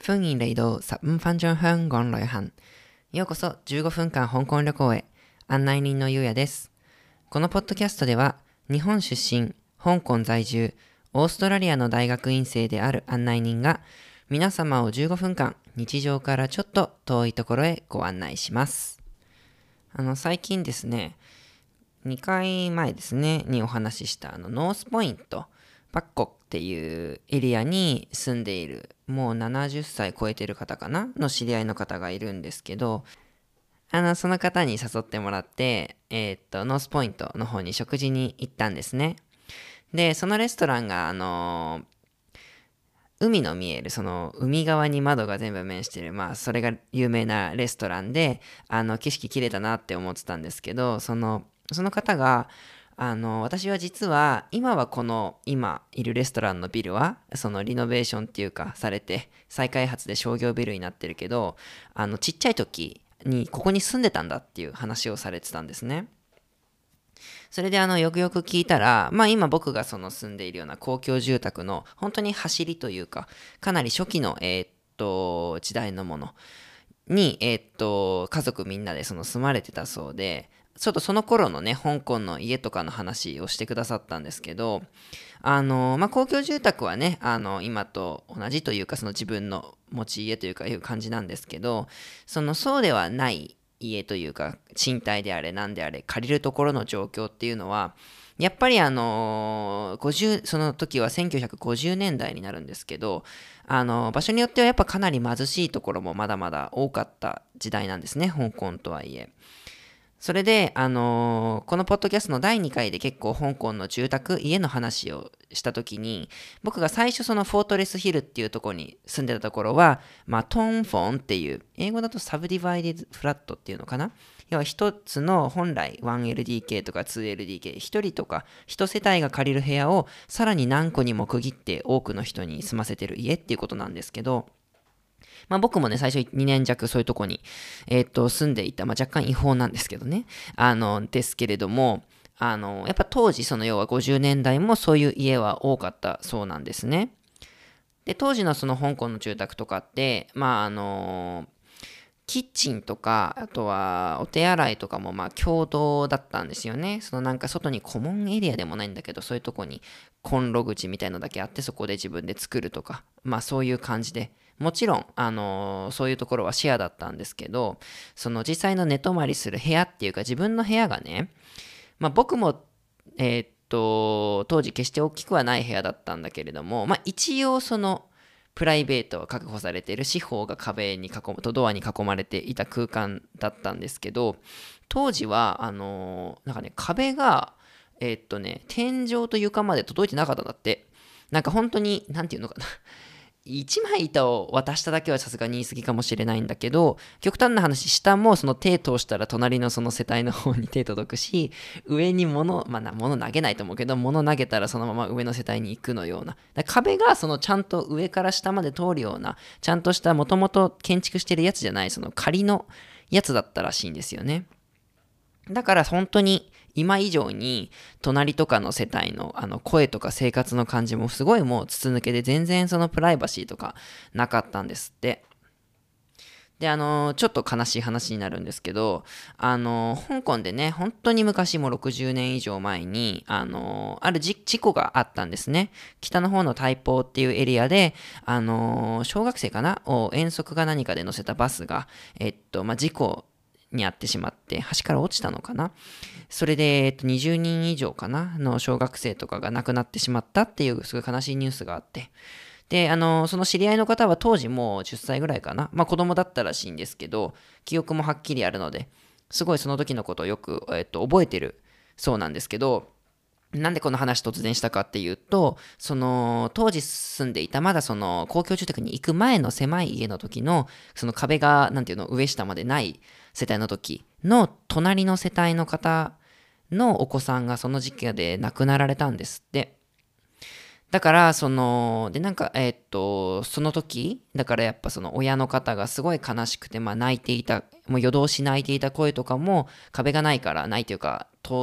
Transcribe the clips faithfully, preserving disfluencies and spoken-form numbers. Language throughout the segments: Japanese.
歡迎嚟到十五分鐘香港旅行。ようこそじゅうごふんかん香港旅行へ。案内人のゆうやです。このポッドキャストでは、日本出身、香港在住、オーストラリアの大学院生である案内人が、皆様をじゅうごふんかん、日常からちょっと遠いところへご案内します。あの、最近ですね、にかいまえですね、にお話ししたあのノースポイント、バッコっていうエリアに住んでいる、もうななじゅっさい超えてる方かなの知り合いの方がいるんですけど、あの、その方に誘ってもらって、えーっと、ノースポイントの方に食事に行ったんですね。で、そのレストランが、あのー海の見える、その海側に窓が全部面してる、まあ、それが有名なレストランで、あの、景色綺麗だなって思ってたんですけど、その、その方が、あの、私は実は、今はこの、今いるレストランのビルは、そのリノベーションっていうか、されて、再開発で商業ビルになってるけど、あの、ちっちゃい時に、ここに住んでたんだっていう話をされてたんですね。それであのよくよく聞いたら、まあ今僕がその住んでいるような公共住宅の本当に走りというか、かなり初期の、えーっと、時代のものに、えーっと、家族みんなでその住まれてたそうで、ちょっとその頃のね、香港の家とかの話をしてくださったんですけど、あの、まあ公共住宅はね、あの、今と同じというか、その自分の持ち家というかいう感じなんですけど、そのそうではない家というか賃貸であれ何であれ借りるところの状況っていうのはやっぱりあのごじゅうその時はせんきゅうひゃくごじゅうねんだいになるんですけど、あの場所によってはやっぱかなり貧しいところもまだまだ多かった時代なんですね、香港とはいえ。それで、あのーこのポッドキャストのだいにかいで結構香港の住宅、家の話をしたときに、僕が最初そのフォートレスヒルっていうところに住んでたところは、まあ、トンフォンっていう、英語だとサブディバイディフラットっていうのかな。要は一つの本来 ワンエルディーケー とか ツーエルディーケー、一人とか一世帯が借りる部屋をさらに何個にも区切って多くの人に住ませてる家っていうことなんですけど、まあ僕もね、最初にねん弱そういうとこに、えーっと、住んでいた、まあ若干違法なんですけどね、あの、ですけれども、あの、やっぱ当時、その要はごじゅうねんだいもそういう家は多かったそうなんですね。で、当時のその香港の住宅とかって、まああの、キッチンとか、あとはお手洗いとかもまあ共同だったんですよね。そのなんか外にコモンエリアでもないんだけど、そういうとこにコンロ口みたいのだけあって、そこで自分で作るとか、まあそういう感じで。もちろん、あのーそういうところはシェアだったんですけど、その実際の寝泊まりする部屋っていうか自分の部屋がね、まあ僕も、えーっと、当時決して大きくはない部屋だったんだけれども、まあ一応その、プライベートは確保されている四方が壁に囲むとドアに囲まれていた空間だったんですけど、当時はあのーなんかね壁がえーっとね天井と床まで届いてなかったんだって。なんか本当になんていうのかな、一枚板を渡しただけはさすがに言い過ぎかもしれないんだけど、極端な話、下もその手通したら隣のその世帯の方に手届くし、上に物、まあな、物投げないと思うけど、物投げたらそのまま上の世帯に行くのような。だから壁がそのちゃんと上から下まで通るような、ちゃんとしたもともと建築してるやつじゃない、その仮のやつだったらしいんですよね。だから本当に今以上に隣とかの世帯のあの声とか生活の感じもすごいもう筒抜けで全然そのプライバシーとかなかったんですって。で、あのーちょっと悲しい話になるんですけど、あのー香港でね、本当に昔もろくじゅうねん以上前に、あのーある事事故があったんですね。北の方の台北っていうエリアで、あのー小学生かなを遠足か何かで乗せたバスが、えっと、まあ、事故に遭ってしまって、橋から落ちたのかな。それで、えっと、にじゅうにん以上かなの小学生とかが亡くなってしまったっていうすごい悲しいニュースがあって、で、あの、その知り合いの方は当時もうじゅっさいぐらいかな。まあ子供だったらしいんですけど、記憶もはっきりあるので、すごいその時のことをよく、えっと、覚えてるそうなんですけど、なんでこの話突然したかっていうと、その当時住んでいたまだその公共住宅に行く前の狭い家の時のその壁がなんていうの上下までない世帯の時の隣の世帯の方のお子さんがその時期で亡くなられたんですって。だから、その、で、なんか、えーっと、その時、だからやっぱその親の方がすごい悲しくて、まあ泣いていた、もう夜通し泣いていた声とかも壁がないから、ないというか、通り、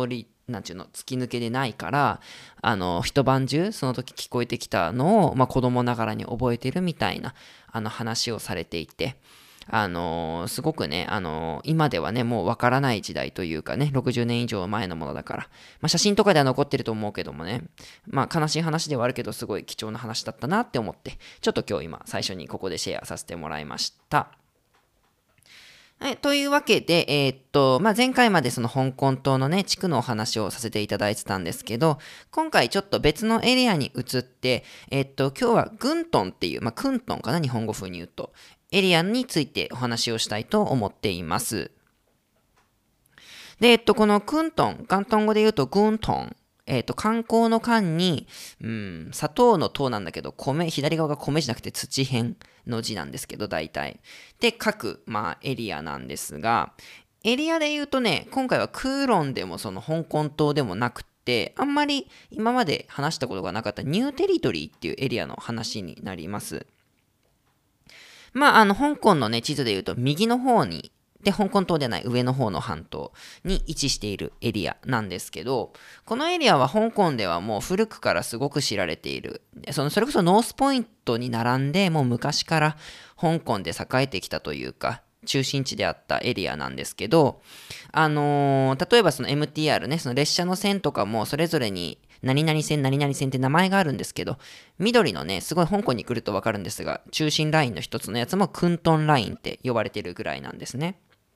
なんていうの、突き抜けでないから、あの、一晩中、その時聞こえてきたのを、まあ、子供ながらに覚えてるみたいな、あの、話をされていて、あのーすごくね、あのー今ではね、もうわからない時代というかね、ろくじゅうねん以上前のものだから、まあ、写真とかでは残ってると思うけどもね、まあ、悲しい話ではあるけど、すごい貴重な話だったなって思って、ちょっと今日今、最初にここでシェアさせてもらいました。はい、というわけで、えーっと、まあ、前回までその香港島のね、地区のお話をさせていただいてたんですけど、今回ちょっと別のエリアに移って、えーっと、今日はグントンっていう、まあ、クントンかな、日本語風に言うと、エリアについてお話をしたいと思っています。で、えっと、このクントン、広東語で言うとグントン、えっと、観光の間に、うん、砂糖の糖なんだけど、米、左側が米じゃなくて土辺の字なんですけど、大体。で、各、まあ、エリアなんですが、エリアで言うとね、今回はクーロンでもその香港島でもなくて、あんまり今まで話したことがなかったニューテリトリーっていうエリアの話になります。まあ、あの、香港のね、地図で言うと、右の方に、で、香港島ではない上の方の半島に位置しているエリアなんですけど、このエリアは香港ではもう古くからすごく知られている。その、それこそノースポイントに並んで、もう昔から香港で栄えてきたというか、中心地であったエリアなんですけど、あのー例えばその エムティーアール ね、その列車の線とかもそれぞれに何々線、何々線って名前があるんですけど、緑のね、すごい香港に来るとわかるんですが、中心ラインの一つのやつもクントンラインって呼ばれてるぐらいなんですね。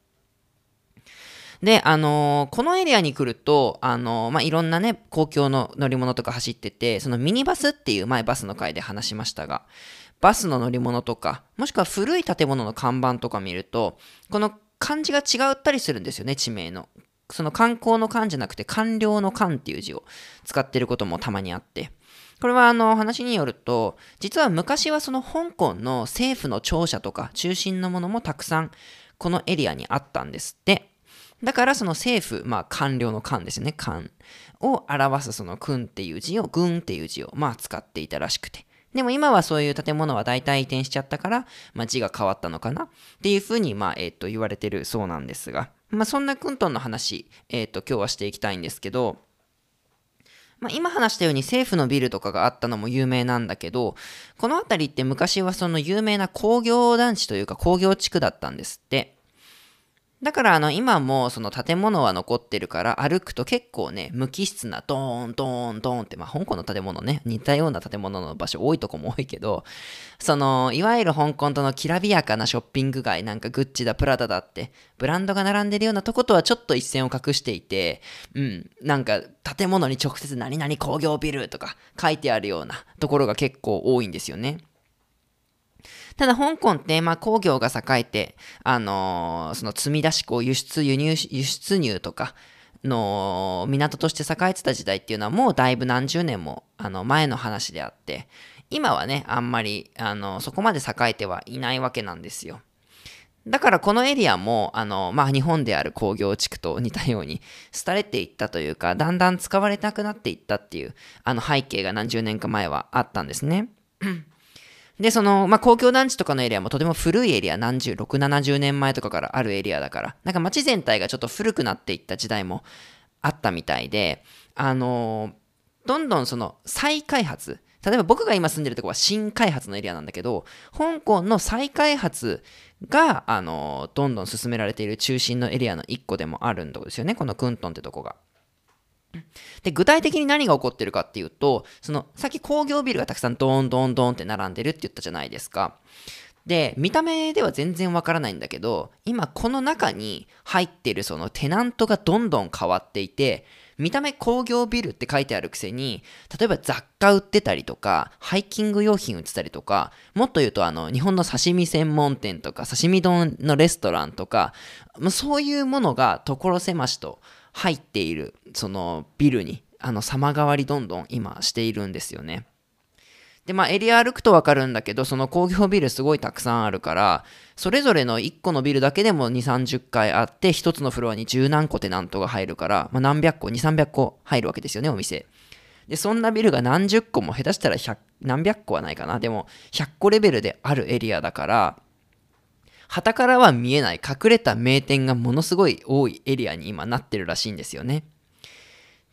で、あのーこのエリアに来ると、あのーまあ、いろんなね、公共の乗り物とか走ってて、そのミニバスっていう前バスの回で話しましたが、バスの乗り物とか、もしくは古い建物の看板とか見ると、この漢字が違ったりするんですよね、地名の。その観光の漢じゃなくて官僚の官っていう字を使ってることもたまにあって。これはあの話によると、実は昔はその香港の政府の庁舎とか中心のものもたくさんこのエリアにあったんですって。だからその政府、まあ官僚の官ですね、官を表すその君っていう字を、軍っていう字をまあ使っていたらしくて。でも今はそういう建物は大体移転しちゃったから、まあ、字が変わったのかなっていうふうに、まあ、えっ、と、言われてるそうなんですが、まあ、そんなクントンの話、えっ、と、今日はしていきたいんですけど、まあ、今話したように政府のビルとかがあったのも有名なんだけど、この辺りって昔はその有名な工業団地というか工業地区だったんですって。だからあの今もその建物は残ってるから歩くと結構ね無機質なドーンドーンドーンってまあ香港の建物ね似たような建物の場所多いとこも多いけどそのいわゆる香港とのきらびやかなショッピング街なんかグッチだプラダだってブランドが並んでるようなとことはちょっと一線を画していてうんなんか建物に直接何々工業ビルとか書いてあるようなところが結構多いんですよね。ただ香港って、まあ、工業が栄えて、あのーその積み出し港、輸出、輸入、輸出入とかの港として栄えてた時代っていうのはもうだいぶ何十年もあの前の話であって、今はね、あんまり、あの、そこまで栄えてはいないわけなんですよ。だからこのエリアも、あの、まあ、日本である工業地区と似たように、廃れていったというか、だんだん使われなくなっていったっていう、あの背景が何十年か前はあったんですね。で、その、まあ、公共団地とかのエリアもとても古いエリア、何十、ろく、ななじゅうねんまえとかからあるエリアだから、なんか街全体がちょっと古くなっていった時代もあったみたいで、あのーどんどんその再開発、例えば僕が今住んでるところは新開発のエリアなんだけど、香港の再開発が、あのーどんどん進められている中心のエリアの一個でもあるんですよね、このクントンってとこが。で、具体的に何が起こってるかっていうと、その、さっき工業ビルがたくさんドーンドーンドーンって並んでるって言ったじゃないですか。で、見た目では全然わからないんだけど、今この中に入ってるそのテナントがどんどん変わっていて、見た目工業ビルって書いてあるくせに、例えば雑貨売ってたりとか、ハイキング用品売ってたりとか、もっと言うとあの、日本の刺身専門店とか、刺身丼のレストランとか、そういうものが所狭しと入っている、そのビルに、あの、様変わりどんどん今しているんですよね。で、まあ、エリア歩くとわかるんだけど、その工業ビルすごいたくさんあるから、それぞれのいっこのビルだけでもに、さんじゅっかいあって、ひとつのフロアにじゅう何個テナントが入るから、まあ、何百個、に、さんびゃっこ入るわけですよね、お店。で、そんなビルが何十個も、下手したらひゃく、何百個はないかな。でも、ひゃっこレベルであるエリアだから、傍からは見えない隠れた名店がものすごい多いエリアに今なってるらしいんですよね。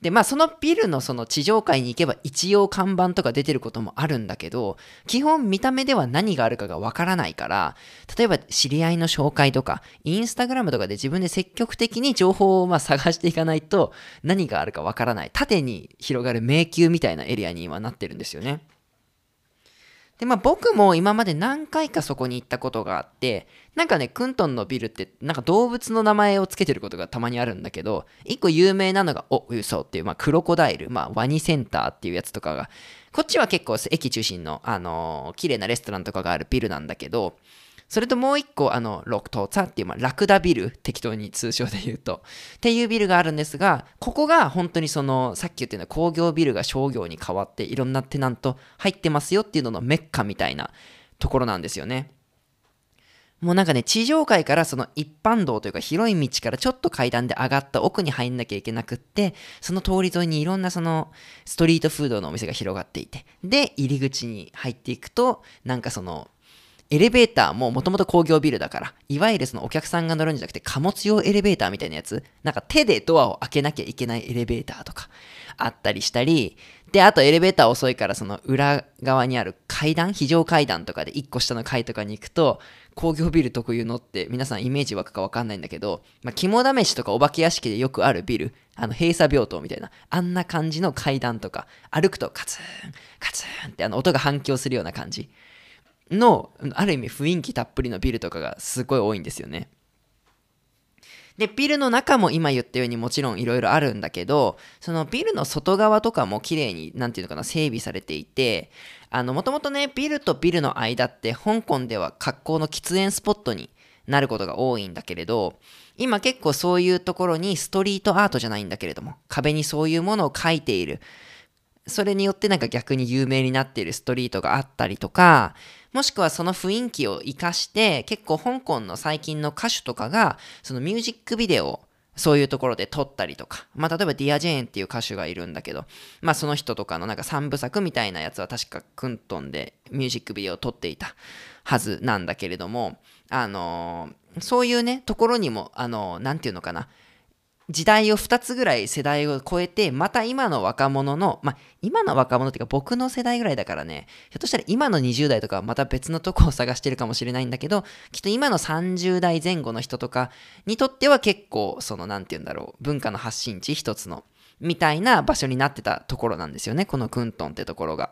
で、まあそのビルのその地上階に行けば一応看板とか出てることもあるんだけど、基本見た目では何があるかがわからないから、例えば知り合いの紹介とか、インスタグラムとかで自分で積極的に情報をまあ探していかないと何があるかわからない。縦に広がる迷宮みたいなエリアに今なってるんですよね。で、まあ僕も今まで何回かそこに行ったことがあって、なんかね、クントンのビルって、なんか動物の名前をつけてることがたまにあるんだけど、一個有名なのが、お、ウソっていう、まあクロコダイル、まあワニセンターっていうやつとかが、こっちは結構駅中心の、あのー綺麗なレストランとかがあるビルなんだけど、それともう一個、あの、ロクトーツァっていう、まあ、ラクダビル、適当に通称で言うと、っていうビルがあるんですが、ここが本当にその、さっき言ったような工業ビルが商業に変わって、いろんなテナント入ってますよっていうののメッカみたいなところなんですよね。もうなんかね、地上階からその一般道というか広い道からちょっと階段で上がった奥に入んなきゃいけなくって、その通り沿いにいろんなそのストリートフードのお店が広がっていて、で、入り口に入っていくと、なんかその、エレベーターももともと工業ビルだから、いわゆるそのお客さんが乗るんじゃなくて貨物用エレベーターみたいなやつ、なんか手でドアを開けなきゃいけないエレベーターとかあったりしたり、で、あとエレベーター遅いからその裏側にある階段、非常階段とかでいっこ下の階とかに行くと、工業ビル特有のって皆さんイメージ湧くかわかんないんだけど、まあ、肝試しとかお化け屋敷でよくあるビル、あの閉鎖病棟みたいな、あんな感じの階段とか、歩くとカツン、カツンってあの音が反響するような感じ。の、ある意味雰囲気たっぷりのビルとかがすごい多いんですよね。で、ビルの中も今言ったようにもちろんいろいろあるんだけど、そのビルの外側とかも綺麗に、なんていうのかな、整備されていて、あの、もともとね、ビルとビルの間って香港では格好の喫煙スポットになることが多いんだけれど、今結構そういうところにストリートアートじゃないんだけれども、壁にそういうものを描いている。それによってなんか逆に有名になっているストリートがあったりとか、もしくはその雰囲気を活かして、結構香港の最近の歌手とかが、そのミュージックビデオをそういうところで撮ったりとか、まあ例えばディア・ジェーンっていう歌手がいるんだけど、まあその人とかのなんか三部作みたいなやつは確かクントンでミュージックビデオを撮っていたはずなんだけれども、あのーそういうね、ところにも、あのーなんていうのかな、時代をふたつぐらい世代を超えて、また今の若者の、まあ、今の若者っていうか僕の世代ぐらいだからね、ひょっとしたら今のにじゅう代とかはまた別のとこを探してるかもしれないんだけど、きっと今のさんじゅう代前後の人とかにとっては結構、そのなんて言うんだろう、文化の発信地一つの、みたいな場所になってたところなんですよね、このクントンってところが。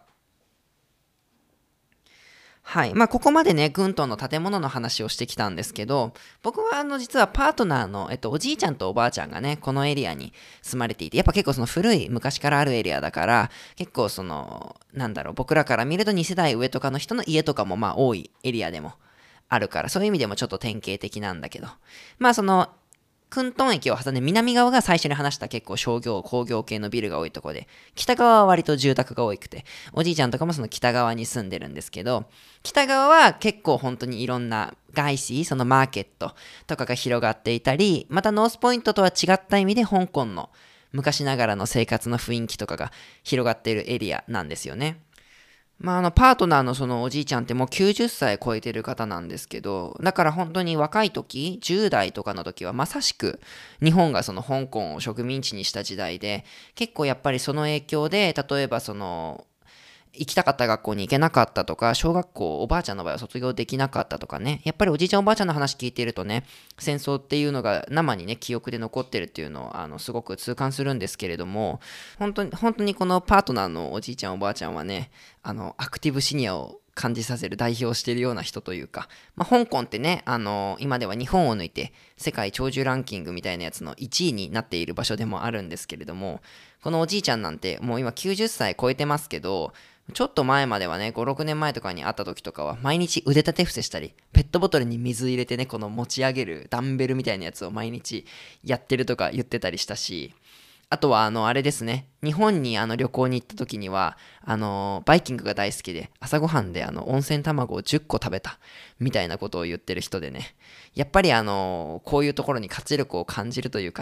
はい。まあ、ここまでね、グントンの建物の話をしてきたんですけど、僕はあの、実はパートナーの、えっと、おじいちゃんとおばあちゃんがね、このエリアに住まれていて、やっぱ結構その古い、昔からあるエリアだから、結構その、なんだろう、僕らから見るとに世代上とかの人の家とかもまあ多いエリアでもあるから、そういう意味でもちょっと典型的なんだけど、まあその、クントン駅を挟んで南側が最初に話した結構商業、工業系のビルが多いところで、北側は割と住宅が多くて、おじいちゃんとかもその北側に住んでるんですけど、北側は結構本当にいろんな外資、そのマーケットとかが広がっていたり、またノースポイントとは違った意味で香港の昔ながらの生活の雰囲気とかが広がっているエリアなんですよね。まあ、あの、パートナーのそのおじいちゃんってもうきゅうじゅっさい超えてる方なんですけど、だから本当に若い時、じゅう代とかの時はまさしく日本がその香港を植民地にした時代で、結構やっぱりその影響で、例えばその、行きたかった学校に行けなかったとか、小学校おばあちゃんの場合は卒業できなかったとかね、やっぱりおじいちゃんおばあちゃんの話聞いているとね、戦争っていうのが生にね、記憶で残ってるっていうのを、あの、すごく痛感するんですけれども、本当に、本当にこのパートナーのおじいちゃんおばあちゃんはね、あの、アクティブシニアを感じさせる代表しているような人というか、まあ、香港ってね、あの今では日本を抜いて世界長寿ランキングみたいなやつのいちいになっている場所でもあるんですけれども、このおじいちゃんなんてもう今きゅうじゅっさい超えてますけど、ちょっと前まではね、ご、ろくねんまえとかに会った時とかは、毎日腕立て伏せしたり、ペットボトルに水入れてね、この持ち上げるダンベルみたいなやつを毎日やってるとか言ってたりしたし、あとは、あの、あれですね。日本にあの旅行に行った時には、あの、バイキングが大好きで、朝ごはんであの、温泉卵をじゅっこ食べた、みたいなことを言ってる人でね。やっぱりあの、こういうところに活力を感じるというかね、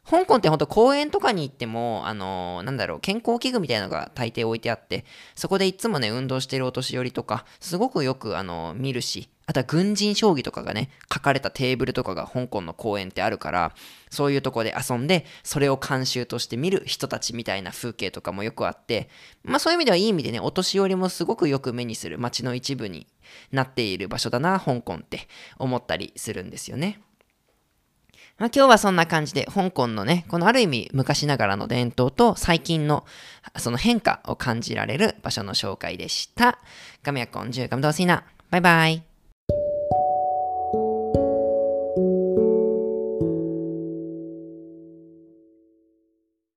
香港ってほんと公園とかに行っても、あのーなんだろう、健康器具みたいなのが大抵置いてあって、そこでいつもね、運動してるお年寄りとか、すごくよく、あのー見るし、あとは軍人将棋とかがね、書かれたテーブルとかが香港の公園ってあるから、そういうとこで遊んで、それを慣習として見る人たちみたいな風景とかもよくあって、まあそういう意味ではいい意味でね、お年寄りもすごくよく目にする街の一部になっている場所だな、香港って思ったりするんですよね。まあ、今日はそんな感じで香港のね、このある意味昔ながらの伝統と最近のその変化を感じられる場所の紹介でした。咁日講住咁多先啦，拜拜。